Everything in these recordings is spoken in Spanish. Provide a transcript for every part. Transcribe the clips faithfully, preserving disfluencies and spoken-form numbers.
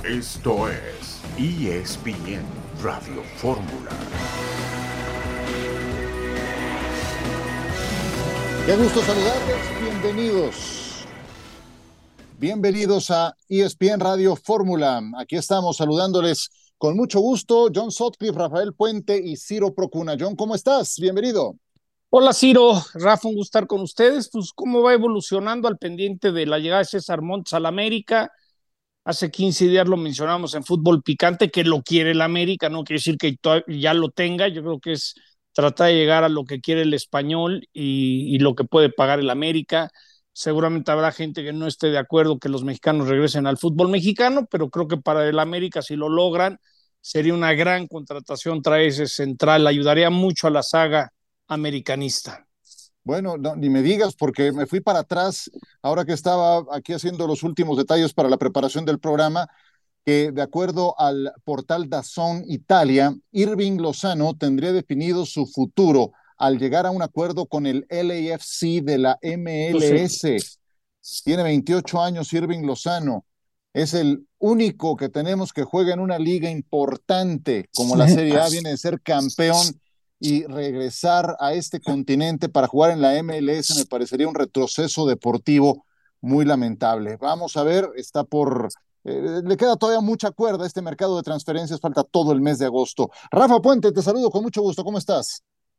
Esto es E S P N Radio Fórmula. Qué gusto saludarles, bienvenidos. Bienvenidos a E S P N Radio Fórmula. Aquí estamos saludándoles con mucho gusto, John Sutcliffe, Rafael Puente y Ciro Procuna. John, ¿cómo estás? Bienvenido. Hola Ciro, Rafa, un gusto estar con ustedes. Pues cómo va evolucionando al pendiente de la llegada de César Montes al América. Hace quince días lo mencionamos en Fútbol Picante, que lo quiere el América, no quiere decir que ya lo tenga. Yo creo que es tratar de llegar a lo que quiere el español y, y lo que puede pagar el América. Seguramente habrá gente que no esté de acuerdo que los mexicanos regresen al fútbol mexicano, pero creo que para el América, si lo logran, sería una gran contratación traer ese central, ayudaría mucho a la saga americanista. Bueno, no, ni me digas, porque me fui para atrás ahora que estaba aquí haciendo los últimos detalles para la preparación del programa, que de acuerdo al portal DAZN Italia, Irving Lozano tendría definido su futuro al llegar a un acuerdo con el L A F C de la M L S. Tiene veintiocho años Irving Lozano. Es el único que tenemos que juega en una liga importante como la Serie A, viene de ser campeón, y regresar a este continente para jugar en la M L S me parecería un retroceso deportivo muy lamentable. Vamos a ver, está por... Eh, le queda todavía mucha cuerda a este mercado de transferencias, falta todo el mes de agosto. Rafa Puente, te saludo con mucho gusto, ¿cómo estás?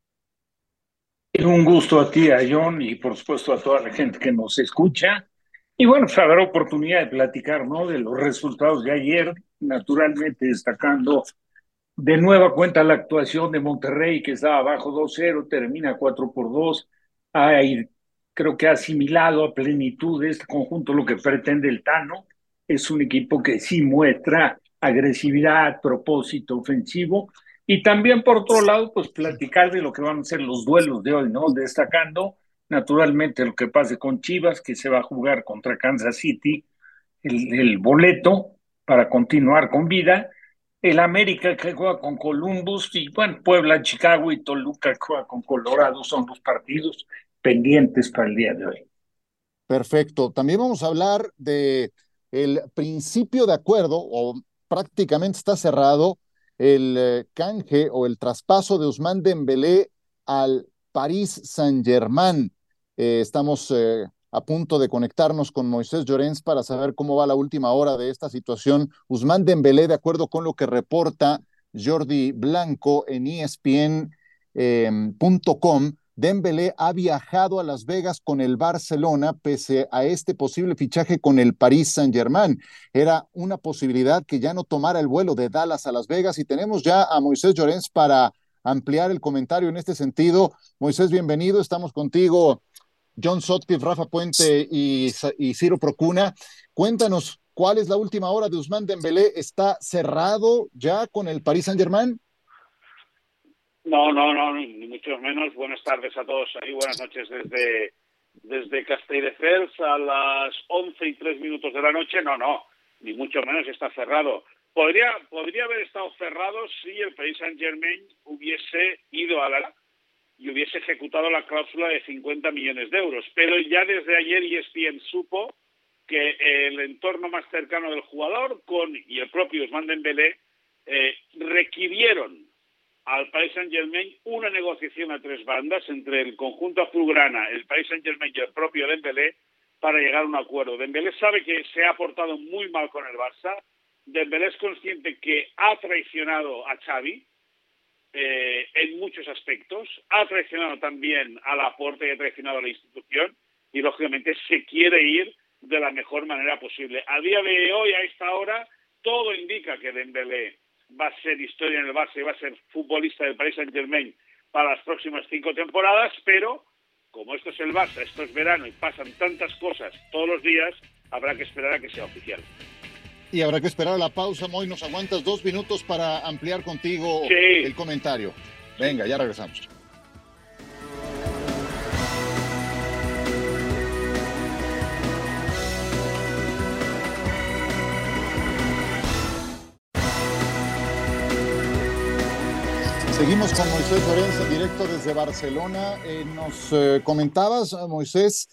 Un gusto a ti, a John, y por supuesto a toda la gente que nos escucha. Y bueno, pues habrá oportunidad de platicar, ¿no?, de los resultados de ayer, naturalmente destacando de nueva cuenta la actuación de Monterrey, que estaba abajo dos cero, termina cuatro por dos. Hay, creo que ha asimilado a plenitud de este conjunto lo que pretende el Tano. Es un equipo que sí muestra agresividad, propósito ofensivo. Y también, por otro lado, pues platicar de lo que van a ser los duelos de hoy, ¿no? Destacando, naturalmente, lo que pase con Chivas, que se va a jugar contra Kansas City, el, el boleto para continuar con vida. El América, que juega con Columbus, y bueno, Puebla, Chicago y Toluca, que juega con Colorado, son los partidos pendientes para el día de hoy. Perfecto. También vamos a hablar de el principio de acuerdo, o prácticamente está cerrado, el eh, canje o el traspaso de Ousmane Dembélé al Paris Saint-Germain. Eh, estamos eh, a punto de conectarnos con Moisés Llorens para saber cómo va la última hora de esta situación. Ousmane Dembélé, de acuerdo con lo que reporta Jordi Blanco en E S P N punto com, Dembélé ha viajado a Las Vegas con el Barcelona pese a este posible fichaje con el Paris Saint-Germain. Era una posibilidad que ya no tomara el vuelo de Dallas a Las Vegas, y tenemos ya a Moisés Llorens para ampliar el comentario en este sentido. Moisés, bienvenido, estamos contigo. John Sutcliffe, Rafa Puente y, y Ciro Procuna. Cuéntanos, ¿cuál es la última hora de Ousmane Dembélé? ¿Está cerrado ya con el Paris Saint-Germain? No, no, no, ni mucho menos. Buenas tardes a todos ahí, buenas noches desde, desde Castelldefels a las once y tres minutos de la noche. No, no, ni mucho menos está cerrado. Podría, podría haber estado cerrado si el Paris Saint-Germain hubiese ido a la y hubiese ejecutado la cláusula de cincuenta millones de euros. Pero ya desde ayer E S P N supo que el entorno más cercano del jugador con y el propio Ousmane Dembélé eh, requirieron al Paris Saint-Germain una negociación a tres bandas entre el conjunto azulgrana, el Paris Saint-Germain y el propio Dembélé para llegar a un acuerdo. Dembélé sabe que se ha portado muy mal con el Barça. Dembélé es consciente que ha traicionado a Xavi eh, en muchos aspectos, ha traicionado también a Laporta y ha traicionado a la institución, y lógicamente se quiere ir de la mejor manera posible. A día de hoy, a esta hora, todo indica que Dembélé va a ser historia en el Barça y va a ser futbolista del Paris Saint-Germain para las próximas cinco temporadas, pero como esto es el Barça, esto es verano y pasan tantas cosas todos los días, habrá que esperar a que sea oficial. Y habrá que esperar a la pausa. Moy, ¿nos aguantas dos minutos para ampliar contigo sí. el comentario? Venga, ya regresamos. Seguimos con Moisés Llorens en directo desde Barcelona. Eh, nos eh, comentabas, Moisés,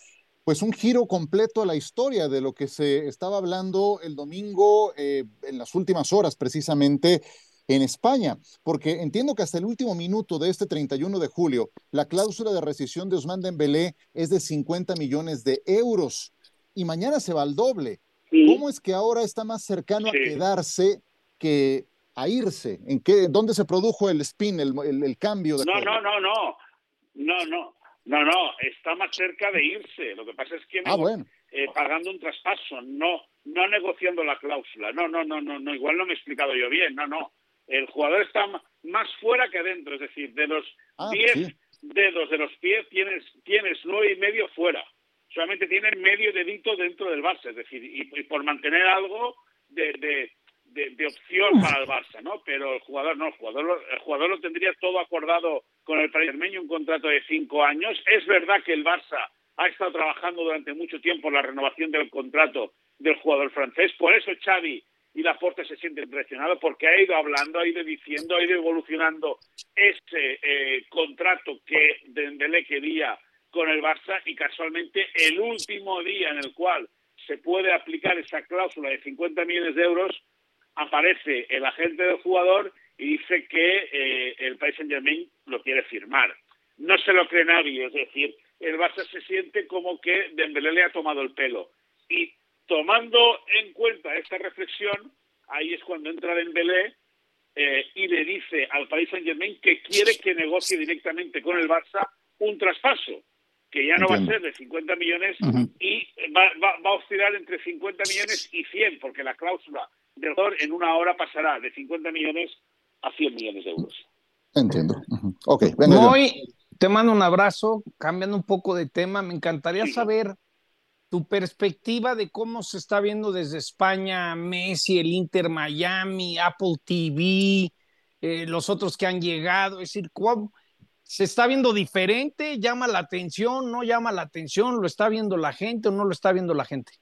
pues un giro completo a la historia de lo que se estaba hablando el domingo, eh, en las últimas horas precisamente en España, porque entiendo que hasta el último minuto de este treinta y uno de julio, la cláusula de rescisión de Ousmane Dembélé es de cincuenta millones de euros y mañana se va al doble. Sí, ¿Cómo es que ahora está más cercano a sí. quedarse que a irse? ¿En qué, dónde se produjo el spin, el, el, el cambio de No, acuerdo? no, no, no. No, no. No, no. Está más cerca de irse. Lo que pasa es que Ah, nego- bueno. eh, pagando un traspaso, no, no negociando la cláusula. No, no, no, no, no. Igual no me he explicado yo bien. No, no. El jugador está ma- más fuera que adentro. Es decir, de los Ah, diez sí. dedos de los pies tienes, tienes nueve y medio fuera. Solamente tienes medio dedito dentro del Barça. Es decir, y, y por mantener algo de, de, de, de opción para el Barça, ¿no? Pero el jugador no. El jugador, lo- el jugador lo tendría todo acordado con el Paris Saint-Germain, un contrato de cinco años. Es verdad que el Barça ha estado trabajando durante mucho tiempo en la renovación del contrato del jugador francés. Por eso Xavi y Laporte se sienten presionados, porque ha ido hablando, ha ido diciendo, ha ido evolucionando ese eh, contrato que Dembélé quería con el Barça, y casualmente el último día en el cual se puede aplicar esa cláusula de cincuenta millones de euros, aparece el agente del jugador y dice que eh, el Paris Saint-Germain lo quiere firmar. No se lo cree nadie, es decir, el Barça se siente como que Dembélé le ha tomado el pelo. Y tomando en cuenta esta reflexión, ahí es cuando entra Dembélé eh, y le dice al Paris Saint-Germain que quiere que negocie directamente con el Barça un traspaso, que ya no Entiendo. va a ser de cincuenta millones Uh-huh. y va, va, va a oscilar entre cincuenta millones y cien, porque la cláusula del jugador en una hora pasará de cincuenta millones a cien millones de euros. Entiendo. Uh-huh. Ok, venga, John. Moy, te mando un abrazo, cambiando un poco de tema. Me encantaría Sí. saber tu perspectiva de cómo se está viendo desde España Messi, el Inter Miami, Apple T V, eh, los otros que han llegado. Es decir, ¿cómo se está viendo diferente? ¿Llama la atención? ¿No llama la atención? ¿Lo está viendo la gente o no lo está viendo la gente?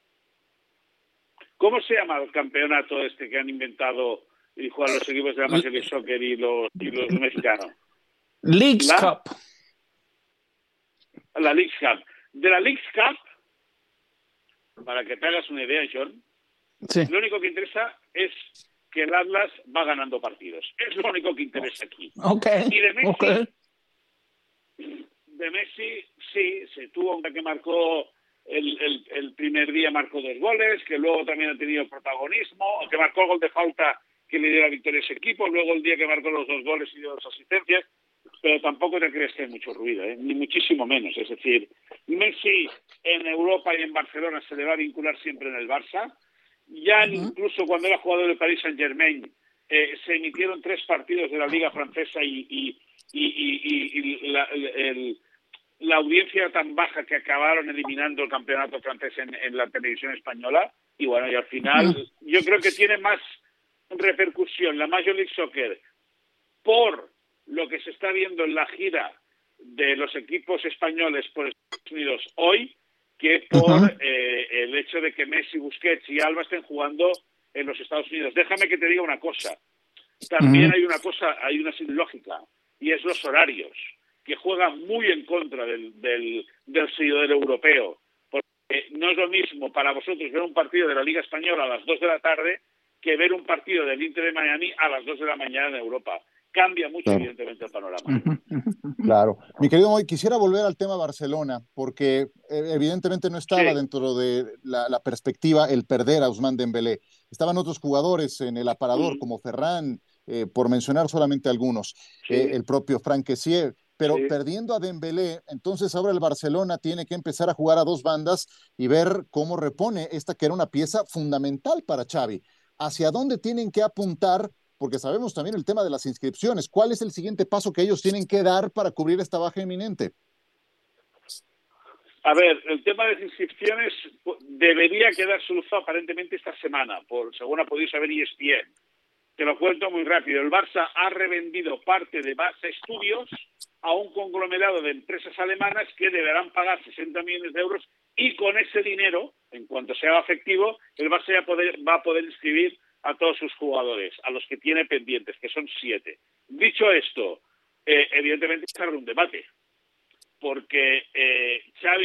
¿Cómo se llama el campeonato este que han inventado y juegan los equipos de la Major League Soccer y los, y los mexicanos? Leagues ¿La? Cup. La League Cup. De la League Cup, para que te hagas una idea, John, Sí. lo único que interesa es que el Atlas va ganando partidos. Es lo único que interesa aquí. Ok. Y de Messi, Okay. de Messi, sí, se tuvo que marcó el, el, el primer día, marcó dos goles, que luego también ha tenido protagonismo, que marcó el gol de falta que le dio la victoria a ese equipo, luego el día que marcó los dos goles y dio dos asistencias, pero tampoco te crees que hay mucho ruido, ¿eh? Ni muchísimo menos. Es decir, Messi en Europa y en Barcelona se le va a vincular siempre en el Barça. Ya uh-huh. Incluso cuando era jugador del Paris Saint-Germain, eh, se emitieron tres partidos de la Liga Francesa y, y, y, y, y la, el, la audiencia era tan baja que acabaron eliminando el campeonato francés en, en la televisión española. Y bueno, y al final uh-huh. yo creo que tiene más repercusión la Major League Soccer por lo que se está viendo en la gira de los equipos españoles por Estados Unidos hoy, que por uh-huh. eh, el hecho de que Messi, Busquets y Alba estén jugando en los Estados Unidos. Déjame que te diga una cosa. También uh-huh. hay una cosa, hay una lógica, y es los horarios, que juegan muy en contra del, del, del seguidor europeo. Porque no es lo mismo para vosotros ver un partido de la Liga Española a las dos de la tarde que ver un partido del Inter de Miami a las dos de la mañana en Europa. Cambia mucho, claro. Evidentemente, el panorama. Claro. Mi querido Moy, quisiera volver al tema Barcelona, porque eh, evidentemente no estaba sí. dentro de la, la perspectiva el perder a Ousmane Dembélé. Estaban otros jugadores en el aparador, mm. como Ferran, eh, por mencionar solamente algunos, sí. eh, el propio Franck Kessié, pero sí. perdiendo a Dembélé, entonces ahora el Barcelona tiene que empezar a jugar a dos bandas y ver cómo repone esta que era una pieza fundamental para Xavi. ¿Hacia dónde tienen que apuntar? Porque sabemos también el tema de las inscripciones. ¿Cuál es el siguiente paso que ellos tienen que dar para cubrir esta baja inminente? A ver, el tema de las inscripciones debería quedar solucionado aparentemente esta semana, por según ha podido saber E S P N. Te lo cuento muy rápido. El Barça ha revendido parte de Barça Studios a un conglomerado de empresas alemanas que deberán pagar sesenta millones de euros, y con ese dinero, en cuanto sea efectivo, el Barça ya poder, va a poder inscribir a todos sus jugadores, a los que tiene pendientes, que son siete. Dicho esto, eh, evidentemente se abre un debate, porque eh, Xavi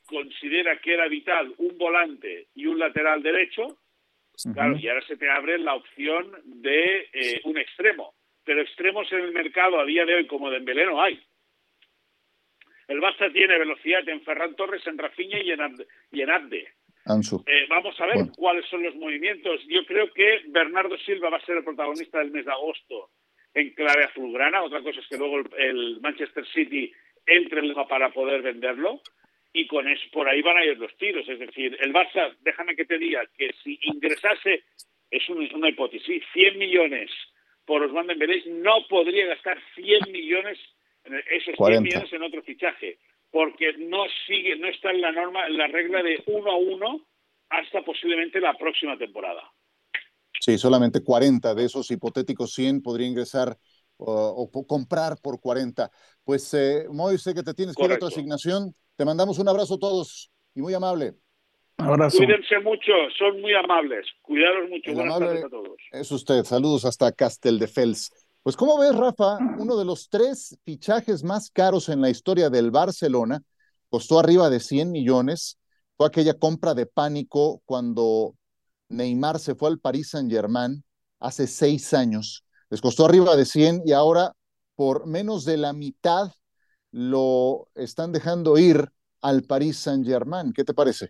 considera que era vital un volante y un lateral derecho, uh-huh. Claro, y ahora se te abre la opción de eh, un extremo, pero extremos en el mercado a día de hoy como Dembélé no hay. El Barça tiene velocidad en Ferran Torres, en Rafinha y en Abde. Y en Abde. Ansu. Eh, vamos a ver bueno. cuáles son los movimientos. Yo creo que Bernardo Silva va a ser el protagonista del mes de agosto en clave azulgrana. Otra cosa es que luego el, el Manchester City entre en Liga para poder venderlo. Y con eso, por ahí van a ir los tiros. Es decir, el Barça, déjame que te diga, que si ingresase, es un, una hipótesis, cien millones por Ousmane Dembélé, no podría gastar cien millones, esos cien millones en otro fichaje, porque no sigue, no está en la norma, en la regla de uno a uno hasta posiblemente la próxima temporada. Sí, solamente cuarenta de esos hipotéticos cien podría ingresar uh, o comprar por cuarenta. Pues, eh, Moy, sé que te tienes que ir a otra asignación. Te mandamos un abrazo a todos y muy amable. Abrazo. Cuídense mucho, son muy amables. Cuidaros mucho. El Buenas amable tardes a todos. Es usted. Saludos hasta Casteldefels. Pues, ¿cómo ves, Rafa? Uno de los tres fichajes más caros en la historia del Barcelona costó arriba de cien millones. Fue aquella compra de pánico cuando Neymar se fue al Paris Saint-Germain hace seis años. Les costó arriba de cien y ahora por menos de la mitad lo están dejando ir al Paris Saint-Germain. ¿Qué te parece?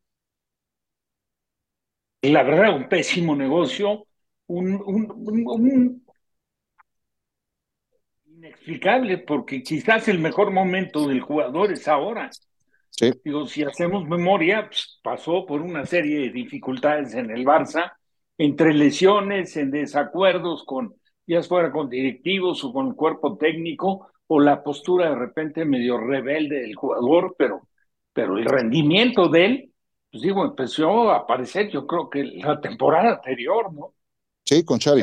La verdad, un pésimo negocio, un, un, un, un inexplicable, porque quizás el mejor momento del jugador es ahora. Sí. Digo, si hacemos memoria, pues, pasó por una serie de dificultades en el Barça, entre lesiones, en desacuerdos con, ya fuera con directivos o con el cuerpo técnico, o la postura de repente medio rebelde del jugador, pero, pero el rendimiento de él, pues digo, empezó a aparecer, yo creo que la temporada anterior, ¿no? Sí, con Xavi.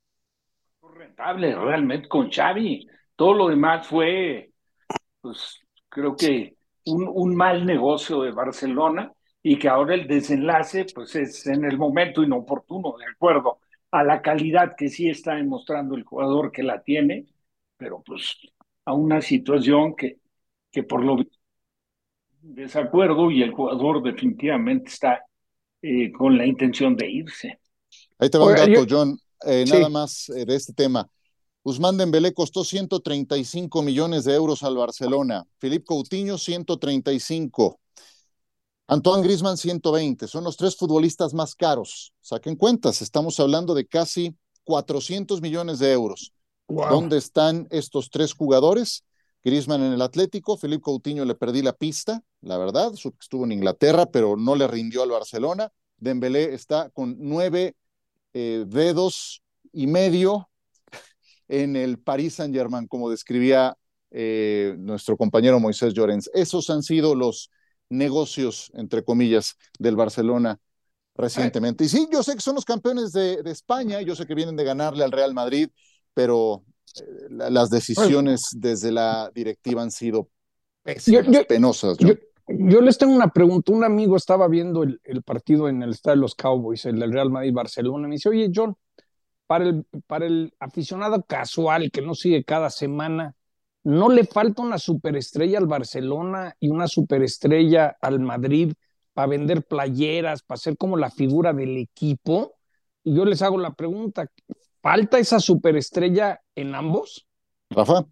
Rentable realmente con Xavi. Todo lo demás fue, pues, creo que un, un mal negocio de Barcelona y que ahora el desenlace, pues, es en el momento inoportuno, de acuerdo a la calidad que sí está demostrando el jugador que la tiene, pero pues a una situación que, que por lo visto desacuerdo y el jugador definitivamente está eh, con la intención de irse. Ahí te va un dato, John, eh, sí. nada más eh, de este tema. Ousmane Dembélé costó ciento treinta y cinco millones de euros al Barcelona. Philippe Coutinho, ciento treinta y cinco. Antoine Griezmann, ciento veinte. Son los tres futbolistas más caros. Saquen cuentas, estamos hablando de casi cuatrocientos millones de euros. Wow. ¿Dónde están estos tres jugadores? Griezmann en el Atlético, Philippe Coutinho le perdí la pista, la verdad, estuvo en Inglaterra, pero no le rindió al Barcelona. Dembélé está con nueve eh, dedos y medio en el Paris Saint-Germain, como describía eh, nuestro compañero Moisés Llorens. Esos han sido los negocios, entre comillas, del Barcelona recientemente. Y sí, yo sé que son los campeones de, de España, yo sé que vienen de ganarle al Real Madrid, pero eh, la, las decisiones desde la directiva han sido pésimas, yo, yo, penosas. Yo, yo les tengo una pregunta. Un amigo estaba viendo el, el partido en el estadio de los Cowboys, el del Real Madrid-Barcelona, y me dice, oye, John, Para el, para el aficionado casual que no sigue cada semana, ¿no le falta una superestrella al Barcelona y una superestrella al Madrid para vender playeras, para ser como la figura del equipo? Y yo les hago la pregunta, ¿falta esa superestrella en ambos? Rafa.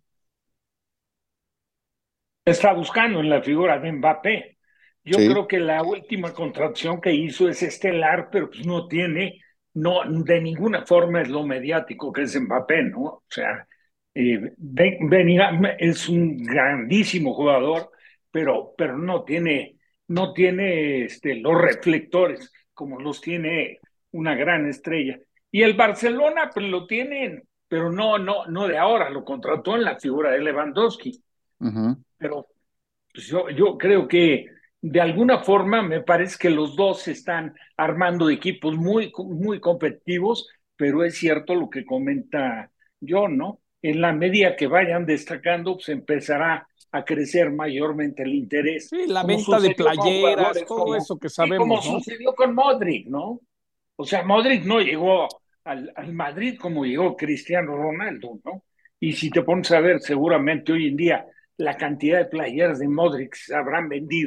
Está buscando en la figura de Mbappé. Yo sí. creo que la última contratación que hizo es estelar, pero pues no tiene... no, de ninguna forma es lo mediático que es Mbappé, ¿no? O sea, eh, Bellingham es un grandísimo jugador, pero, pero no tiene, no tiene este, los reflectores como los tiene una gran estrella. Y el Barcelona pues, lo tiene, pero no, no, no de ahora, lo contrató en la figura de Lewandowski. Uh-huh. Pero pues, yo, yo creo que de alguna forma me parece que los dos están armando equipos muy, muy competitivos, pero es cierto lo que comenta John, ¿no? En la medida que vayan destacando, pues empezará a crecer mayormente el interés. Sí, la venta de playeras, todo como, eso que sabemos, como ¿no? sucedió con Modric, ¿no? O sea, Modric no llegó al, al Madrid como llegó Cristiano Ronaldo, ¿no? Y si te pones a ver, seguramente hoy en día la cantidad de playeras de Modric se habrán vendido,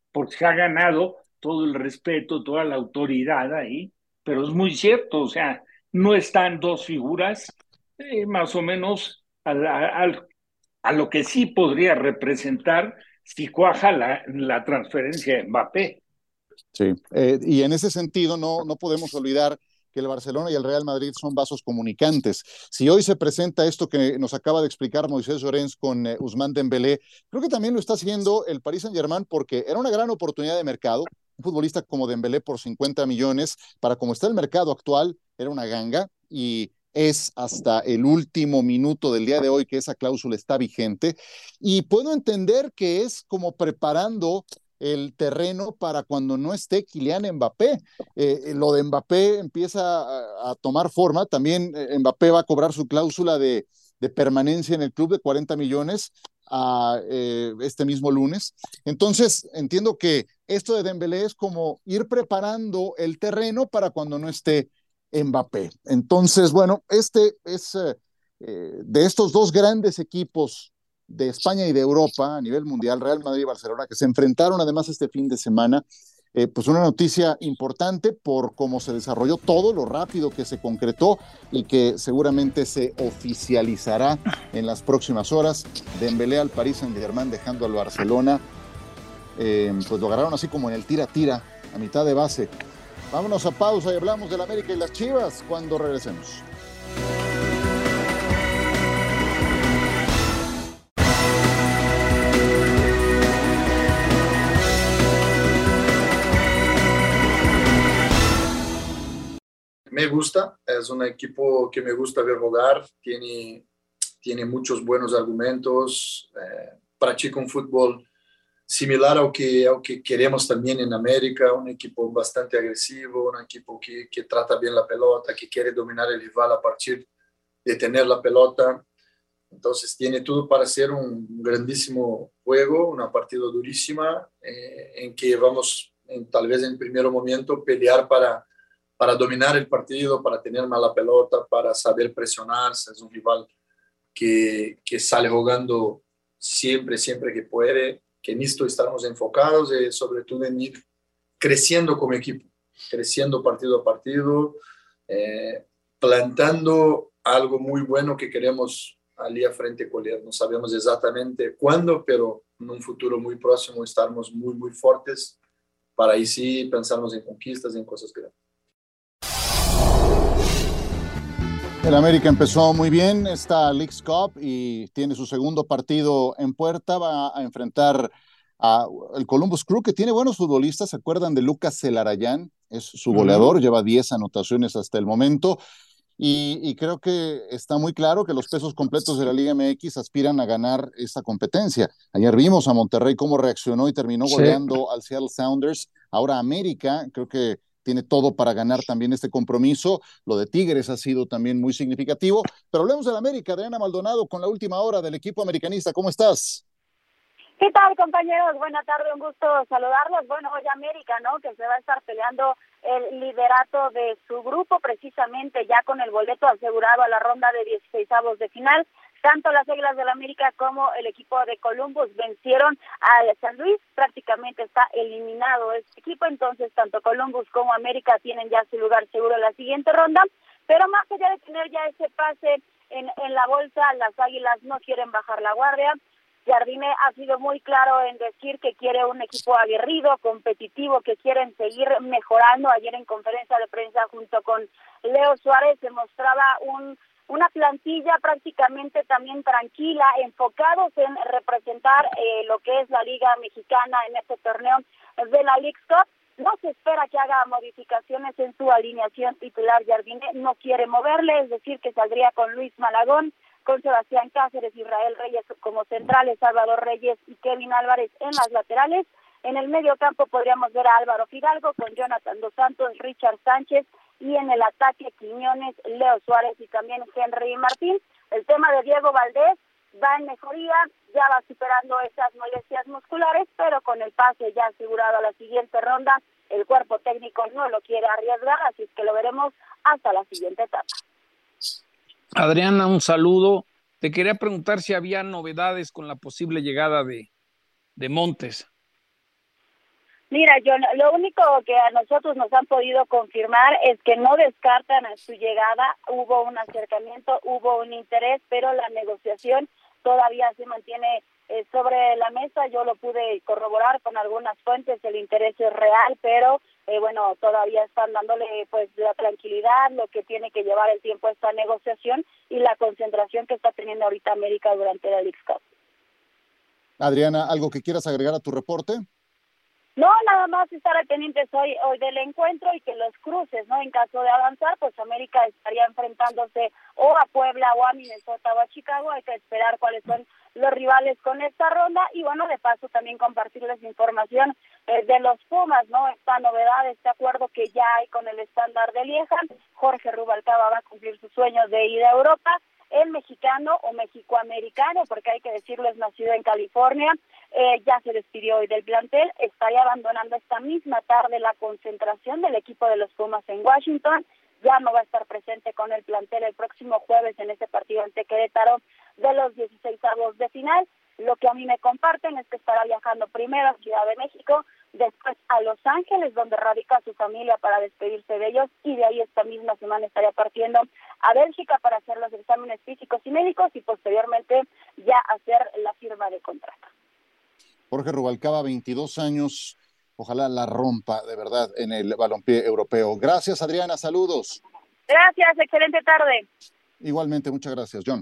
porque se ha ganado todo el respeto, toda la autoridad ahí, pero es muy cierto, o sea, no están dos figuras eh, más o menos a, a, a, a lo que sí podría representar si cuaja la, la transferencia de Mbappé. Sí, eh, y en ese sentido no, no podemos olvidar que el Barcelona y el Real Madrid son vasos comunicantes. Si hoy se presenta esto que nos acaba de explicar Moisés Llorens con eh, Ousmane Dembélé, creo que también lo está haciendo el Paris Saint-Germain porque era una gran oportunidad de mercado. Un futbolista como Dembélé por cincuenta millones, para como está el mercado actual, era una ganga y es hasta el último minuto del día de hoy que esa cláusula está vigente. Y puedo entender que es como preparando el terreno para cuando no esté Kylian Mbappé. Eh, lo de Mbappé empieza a, a tomar forma. También eh, Mbappé va a cobrar su cláusula de, de permanencia en el club de cuarenta millones a, eh, este mismo lunes. Entonces, entiendo que esto de Dembélé es como ir preparando el terreno para cuando no esté Mbappé. Entonces, bueno, este es eh, eh, de estos dos grandes equipos de España y de Europa a nivel mundial, Real Madrid y Barcelona, que se enfrentaron además este fin de semana. Eh, pues una noticia importante por cómo se desarrolló todo, lo rápido que se concretó y que seguramente se oficializará en las próximas horas. Dembélé al Paris Saint-Germain dejando al Barcelona. Eh, pues lo agarraron así como en el tira-tira, a mitad de base. Vámonos a pausa y hablamos del América y las Chivas cuando regresemos. Me gusta, es un equipo que me gusta ver jugar, tiene, tiene muchos buenos argumentos, eh, practica un fútbol similar ao que, ao que queremos también en América, un equipo bastante agresivo, un equipo que, que trata bien la pelota, que quiere dominar el rival a partir de tener la pelota. Entonces tiene todo para ser un grandísimo juego, una partida durísima, eh, en que vamos, en, tal vez en primer momento, pelear para para dominar el partido, para tener más la pelota, para saber presionarse. Es un rival que, que sale jugando siempre, siempre que puede, que en esto estamos enfocados y sobre todo en ir creciendo como equipo, creciendo partido a partido, eh, plantando algo muy bueno que queremos allí a frente colher. No sabemos exactamente cuándo, pero en un futuro muy próximo estaremos muy, muy fuertes para ahí sí pensarnos en conquistas y en cosas grandes. El América empezó muy bien esta Leagues Cup y tiene su segundo partido en puerta. Va a enfrentar a el Columbus Crew, que tiene buenos futbolistas. ¿Se acuerdan de Lucas Celarayán? Es su goleador, uh-huh. Lleva diez anotaciones hasta el momento. Y, y creo que está muy claro que los pesos completos de la Liga M X aspiran a ganar esta competencia. Ayer vimos a Monterrey cómo reaccionó y terminó goleando sí. al Seattle Sounders. Ahora América, creo que tiene todo para ganar también este compromiso. Lo de Tigres ha sido también muy significativo. Pero hablemos del América. Adriana Maldonado con la última hora del equipo americanista. ¿Cómo estás? ¿Qué tal, compañeros? Buenas tardes, un gusto saludarlos. Bueno, hoy América, ¿no? Que se va a estar peleando el liderato de su grupo, precisamente ya con el boleto asegurado a la ronda de dieciseisavos de final. Tanto las Águilas del América como el equipo de Columbus vencieron al San Luis, prácticamente está eliminado este equipo, entonces tanto Columbus como América tienen ya su lugar seguro en la siguiente ronda, pero más allá de tener ya ese pase en, en la bolsa, las Águilas no quieren bajar la guardia. Jardine ha sido muy claro en decir que quiere un equipo aguerrido, competitivo, que quieren seguir mejorando. Ayer en conferencia de prensa junto con Leo Suárez se mostraba un una plantilla prácticamente también tranquila, enfocados en representar eh, lo que es la Liga Mexicana en este torneo de la Leagues Cup. No se espera que haga modificaciones en su alineación titular. Jardine no quiere moverle, es decir, que saldría con Luis Malagón, con Sebastián Cáceres, Israel Reyes como centrales, Salvador Reyes y Kevin Álvarez en las laterales. En el medio campo podríamos ver a Álvaro Fidalgo con Jonathan Dos Santos, Richard Sánchez, y en el ataque Quiñones, Leo Suárez y también Henry Martín. El tema de Diego Valdés va en mejoría, ya va superando esas molestias musculares, pero con el pase ya asegurado a la siguiente ronda, el cuerpo técnico no lo quiere arriesgar, así es que lo veremos hasta la siguiente etapa. Adriana, un saludo. Te quería preguntar si había novedades con la posible llegada de, de Montes. Mira, yo lo único que a nosotros nos han podido confirmar es que no descartan a su llegada, hubo un acercamiento, hubo un interés, pero la negociación todavía se mantiene eh, sobre la mesa. Yo lo pude corroborar con algunas fuentes, el interés es real, pero eh, bueno, todavía están dándole pues la tranquilidad, lo que tiene que llevar el tiempo esta negociación y la concentración que está teniendo ahorita América durante la Leagues Cup. Adriana, ¿algo que quieras agregar a tu reporte? No, nada más estar pendientes hoy, hoy del encuentro y que los cruces, ¿no? En caso de avanzar, pues América estaría enfrentándose o a Puebla o a Minnesota o a Chicago. Hay que esperar cuáles son los rivales con esta ronda y bueno, de paso también compartirles información eh, de los Pumas, ¿no? Esta novedad, este acuerdo que ya hay con el estándar de Lieja. Jorge Rubalcaba va a cumplir sus sueños de ir a Europa. El mexicano o mexicoamericano, porque hay que decirlo, es nacido en California, eh, ya se despidió hoy del plantel, estaría abandonando esta misma tarde la concentración del equipo de los Pumas en Washington, ya no va a estar presente con el plantel el próximo jueves en ese partido ante Querétaro de los dieciseisavos de final. Lo que a mí me comparten es que estará viajando primero a Ciudad de México, después a Los Ángeles, donde radica su familia, para despedirse de ellos, y de ahí esta misma semana estaría partiendo a Bélgica para hacer los exámenes físicos y médicos y posteriormente ya hacer la firma de contrato. Jorge Rubalcaba, veintidós años, ojalá la rompa de verdad en el balompié europeo. Gracias, Adriana, saludos. Gracias, excelente tarde. Igualmente, muchas gracias, John.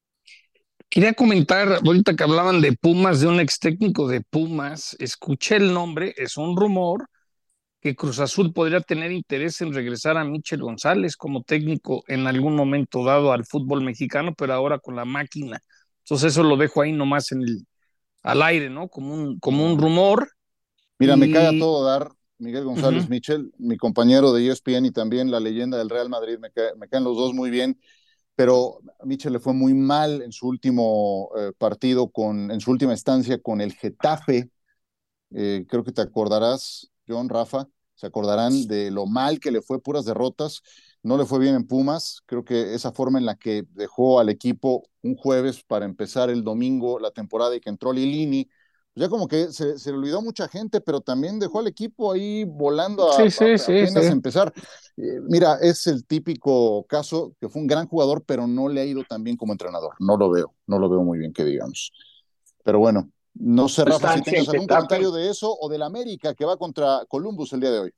Quería comentar, ahorita que hablaban de Pumas, de un ex técnico de Pumas, escuché el nombre, es un rumor, que Cruz Azul podría tener interés en regresar a Michel González como técnico en algún momento dado al fútbol mexicano, pero ahora con la máquina. Entonces eso lo dejo ahí nomás en el, al aire, ¿no? Como un, como un rumor. Mira, y... me cae a todo dar Miguel González uh-huh. Michel, mi compañero de E S P N y también la leyenda del Real Madrid, me, cae, me caen los dos muy bien. Pero a Michel le fue muy mal en su último eh, partido, con, en su última estancia con el Getafe. Eh, creo que te acordarás, John, Rafa, se acordarán de lo mal que le fue, puras derrotas. No le fue bien en Pumas. Creo que esa forma en la que dejó al equipo un jueves para empezar el domingo la temporada y que entró Lilini, ya como que se, se le olvidó mucha gente, pero también dejó al equipo ahí volando a, sí, sí, a, a sí, apenas sí. empezar. Eh, mira, es el típico caso que fue un gran jugador, pero no le ha ido tan bien como entrenador. No lo veo, no lo veo muy bien, que digamos. Pero bueno, no sé, Rafa, Están si tengas algún Getafe. comentario de eso o del América que va contra Columbus el día de hoy.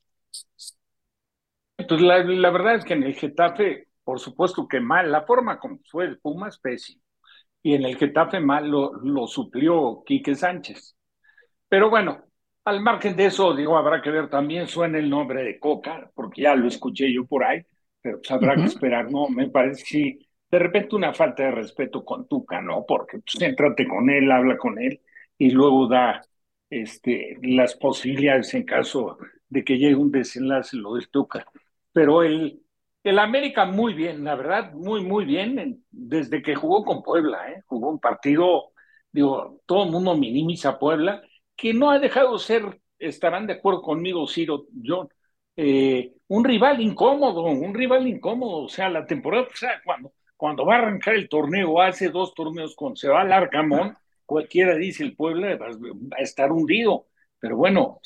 Pues la, la verdad es que en el Getafe, por supuesto que mal, la forma como fue el Pumas, pésimo. Y en el Getafe mal lo, lo suplió Quique Sánchez. Pero bueno, al margen de eso, digo, habrá que ver, también suena el nombre de Coca, porque ya lo escuché yo por ahí, pero pues habrá uh-huh. que esperar, ¿no? Me parece que sí, de repente una falta de respeto con Tuca, ¿no? Porque pues céntrate con él, habla con él, y luego da este, las posibilidades en caso de que llegue un desenlace, lo de Tuca. Pero el, el América muy bien, la verdad, muy, muy bien, desde que jugó con Puebla, ¿eh? Jugó un partido, digo, todo el mundo minimiza a Puebla, que no ha dejado de ser, estarán de acuerdo conmigo, Ciro, John, eh, un rival incómodo, un rival incómodo, o sea, la temporada, o sea, cuando, cuando va a arrancar el torneo, hace dos torneos, cuando se va al Arcamón, cualquiera dice el Puebla va a estar hundido, pero bueno,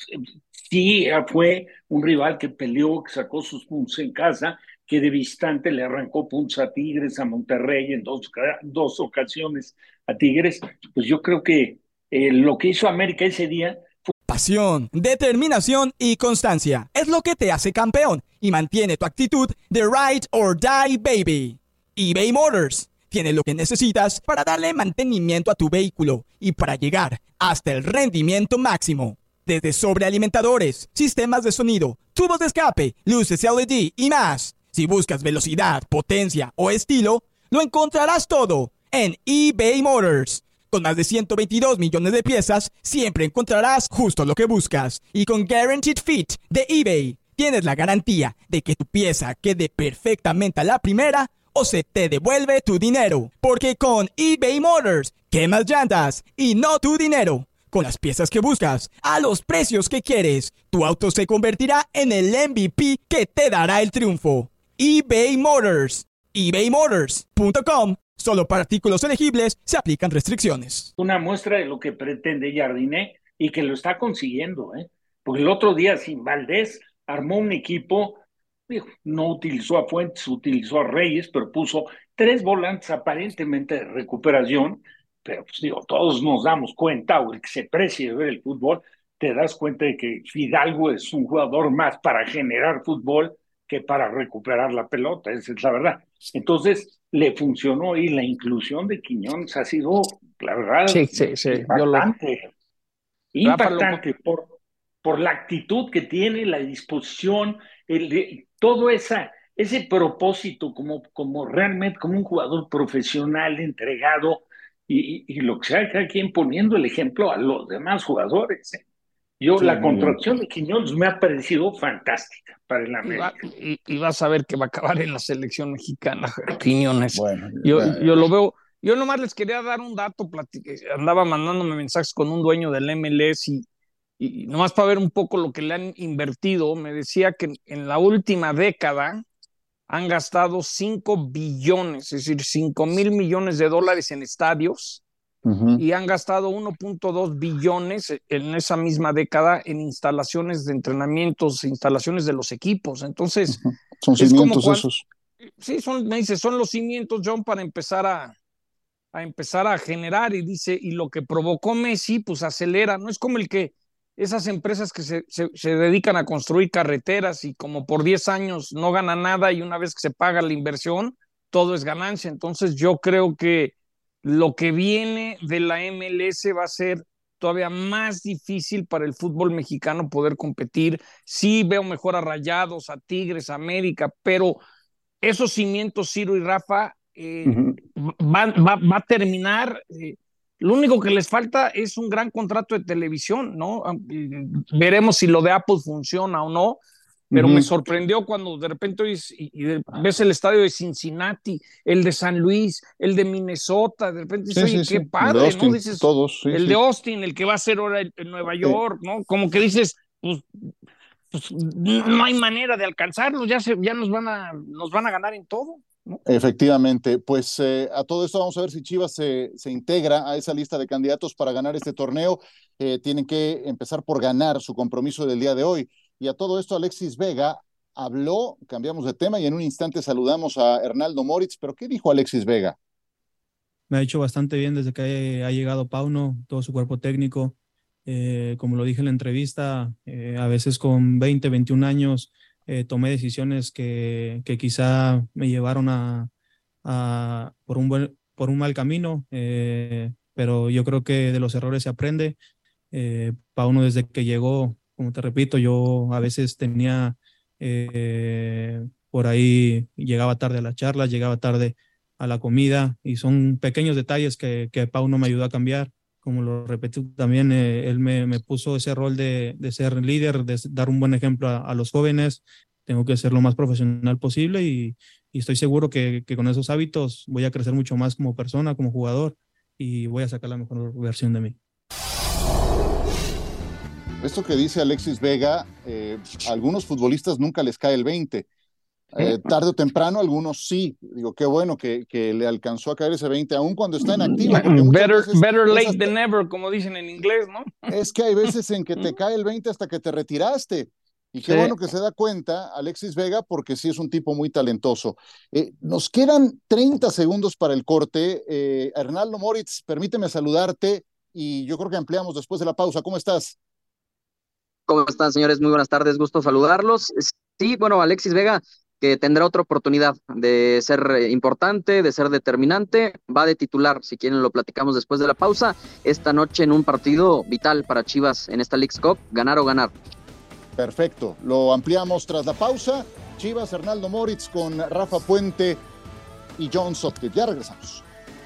sí fue un rival que peleó, que sacó sus puntos en casa, que de visitante le arrancó puntos a Tigres, a Monterrey, en dos, dos ocasiones a Tigres, pues yo creo que Eh, lo que hizo América ese día fue... Pasión, determinación y constancia es lo que te hace campeón y mantiene tu actitud de ride or die, baby. eBay Motors tiene lo que necesitas para darle mantenimiento a tu vehículo y para llegar hasta el rendimiento máximo. Desde sobrealimentadores, sistemas de sonido, tubos de escape, luces L E D y más. Si buscas velocidad, potencia o estilo, lo encontrarás todo en eBay Motors. Con más de ciento veintidós millones de piezas, siempre encontrarás justo lo que buscas. Y con Guaranteed Fit de eBay, tienes la garantía de que tu pieza quede perfectamente a la primera o se te devuelve tu dinero. Porque con eBay Motors, quemas llantas y no tu dinero. Con las piezas que buscas, a los precios que quieres, tu auto se convertirá en el M V P que te dará el triunfo. eBay Motors. ebay motors punto com. Solo para artículos elegibles se aplican restricciones. Una muestra de lo que pretende Jardiné y que lo está consiguiendo, ¿eh? porque el otro día sin Valdés armó un equipo, dijo, no utilizó a Fuentes, utilizó a Reyes, pero puso tres volantes aparentemente de recuperación, pero pues digo, todos nos damos cuenta, o el que se precie de ver el fútbol, te das cuenta de que Fidalgo es un jugador más para generar fútbol que para recuperar la pelota, esa es la verdad. Entonces, le funcionó y la inclusión de Quiñones ha sido, la verdad, Sí, sí, sí. Yo lo, impactante, Rafa, lo, impactante por, por la actitud que tiene, la disposición, el, todo esa, ese propósito como, como realmente, como un jugador profesional, entregado, y, y lo que sea, cada quien poniendo el ejemplo a los demás jugadores. ¿eh? Yo, Sí, la muy bien. contracción de Quiñones me ha parecido fantástica para el y, va, América. y, y vas a ver que va a acabar en la selección mexicana, Quiñones. Bueno, Yo, eh, yo lo veo. Yo nomás les quería dar un dato, platique, andaba mandándome mensajes con un dueño del M L S y, y nomás para ver un poco lo que le han invertido, me decía que en la última década han gastado cinco billones, es decir, cinco mil millones de dólares en estadios, uh-huh. y han gastado uno punto dos billones en esa misma década en instalaciones de entrenamientos, instalaciones de los equipos. Entonces, Uh-huh. Son es como cimientos cuando, esos. sí, son, me dice, son los cimientos, John, para empezar a, a empezar a generar, y dice, y lo que provocó Messi, pues acelera, no es como el que esas empresas que se, se, se dedican a construir carreteras y como por diez años no gana nada y una vez que se paga la inversión, todo es ganancia. Entonces yo creo que lo que viene de la M L S va a ser todavía más difícil para el fútbol mexicano poder competir. Sí veo mejor a Rayados, a Tigres, a América, pero esos cimientos, Ciro y Rafa, eh, uh-huh. va, va, va, a terminar. Eh, lo único que les falta es un gran contrato de televisión, ¿no? Veremos si lo de Apple funciona o no, pero uh-huh. me sorprendió cuando de repente ves, y, y ves el estadio de Cincinnati, el de San Luis, el de Minnesota, de repente dices, sí, oye, sí, qué sí. padre, Austin, ¿no? Dices, todos, sí, el sí. de Austin, el que va a ser ahora en Nueva York, ¿no? Como que dices, pues, pues no hay manera de alcanzarlos, ya, se, ya nos, van a, nos van a ganar en todo, ¿no? Efectivamente, pues eh, a todo esto vamos a ver si Chivas se, se integra a esa lista de candidatos para ganar este torneo. Eh, tienen que empezar por ganar su compromiso del día de hoy. Y a todo esto Alexis Vega habló, cambiamos de tema y en un instante saludamos a Hernaldo Moritz, pero ¿qué dijo Alexis Vega? Me ha hecho bastante bien desde que ha llegado Pauno, todo su cuerpo técnico. Eh, como lo dije en la entrevista, eh, a veces con veinte, veintiún años eh, tomé decisiones que, que quizá me llevaron a, a por, un buen, por un mal camino, eh, pero yo creo que de los errores se aprende. Eh, Pauno desde que llegó, como te repito, yo a veces tenía eh, por ahí, llegaba tarde a las charlas, llegaba tarde a la comida, y son pequeños detalles que, que Pauno me ayudó a cambiar. Como lo repetí también, eh, él me, me puso ese rol de, de ser líder, de dar un buen ejemplo a, a los jóvenes. Tengo que ser lo más profesional posible y, y estoy seguro que, que con esos hábitos voy a crecer mucho más como persona, como jugador, y voy a sacar la mejor versión de mí. Esto que dice Alexis Vega, eh, a algunos futbolistas nunca les cae el veinte. Eh, tarde o temprano, algunos sí. Digo, qué bueno que, que le alcanzó a caer ese veinte, aún cuando está en activo. Better, veces, better late hasta, than never, como dicen en inglés, ¿no? Es que hay veces en que te cae el veinte hasta que te retiraste. Y qué sí. bueno que se da cuenta Alexis Vega, porque sí es un tipo muy talentoso. Eh, nos quedan treinta segundos para el corte. Eh, Hernaldo Moritz, permíteme saludarte y yo creo que ampliamos después de la pausa. ¿Cómo estás? ¿Cómo están, señores? Muy buenas tardes, gusto saludarlos. Sí, bueno, Alexis Vega, que tendrá otra oportunidad de ser importante, de ser determinante, va de titular, si quieren lo platicamos después de la pausa, esta noche en un partido vital para Chivas en esta Leagues Cup, ganar o ganar. Perfecto, lo ampliamos tras la pausa. Chivas, Hernaldo Moritz con Rafa Puente y John Sotke. Ya regresamos.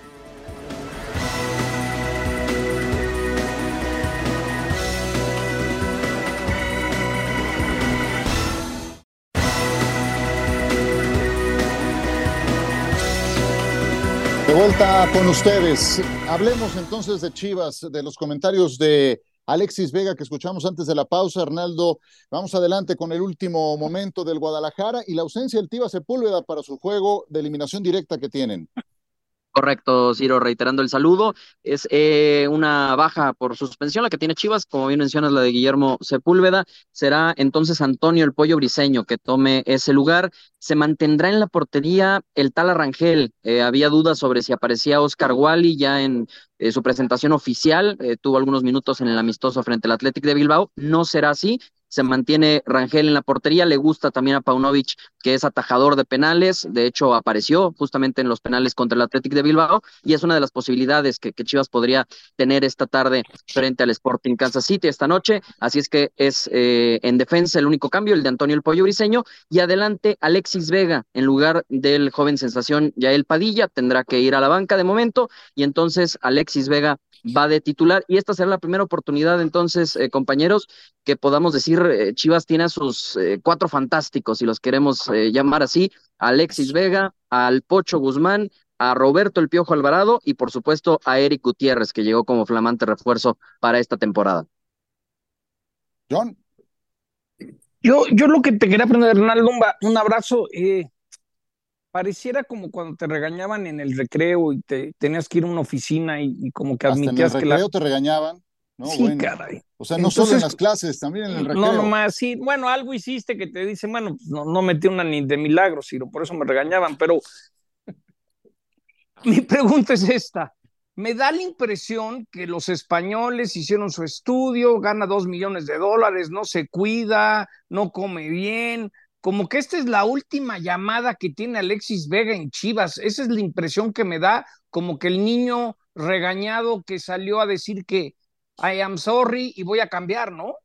De vuelta con ustedes. Hablemos entonces de Chivas, de los comentarios de Alexis Vega que escuchamos antes de la pausa. Hernaldo, vamos adelante con el último momento del Guadalajara y la ausencia del Tiva Sepúlveda para su juego de eliminación directa que tienen. Correcto, Ciro, reiterando el saludo. Es eh, una baja por suspensión la que tiene Chivas, como bien mencionas, la de Guillermo Sepúlveda. Será entonces Antonio el Pollo Briseño que tome ese lugar. Se mantendrá en la portería el Tala Rangel. Eh, había dudas sobre si aparecía Oscar Wally ya en eh, su presentación oficial. Eh, tuvo algunos minutos en el amistoso frente al Athletic de Bilbao. No será así. Se mantiene Rangel en la portería. Le gusta también a Paunovic, que es atajador de penales. De hecho, apareció justamente en los penales contra el Athletic de Bilbao y es una de las posibilidades que, que Chivas podría tener esta tarde frente al Sporting Kansas City esta noche. Así es que es eh, en defensa el único cambio, el de Antonio el Pollo Briseño, y adelante Alexis Vega en lugar del joven sensación Yael Padilla. Tendrá que ir a la banca de momento y entonces Alexis Vega va de titular y esta será la primera oportunidad entonces, eh, compañeros, que podamos decir eh, Chivas tiene a sus eh, cuatro fantásticos, si los queremos eh, llamar así: a Alexis Vega, al Pocho Guzmán, a Roberto el Piojo Alvarado y por supuesto a Eric Gutiérrez, que llegó como flamante refuerzo para esta temporada. John. Yo, yo lo que te quería aprender, Hernaldo, un, un abrazo. Eh, pareciera como cuando te regañaban en el recreo y te tenías que ir a una oficina y, y como que Hasta en el admitías que la... recreo te regañaban. No, Sí, bueno. caray. O sea, no Entonces, solo en las clases, también en el recreo. no, nomás, sí, bueno, algo hiciste que te dicen, bueno, pues no, no metí una ni de milagro, Ciro, por eso me regañaban, pero mi pregunta es esta. Me da la impresión que los españoles hicieron su estudio, gana dos millones de dólares, no se cuida, no come bien, como que esta es la última llamada que tiene Alexis Vega en Chivas. Esa es la impresión que me da, como que el niño regañado que salió a decir que I am sorry y voy a cambiar, ¿no?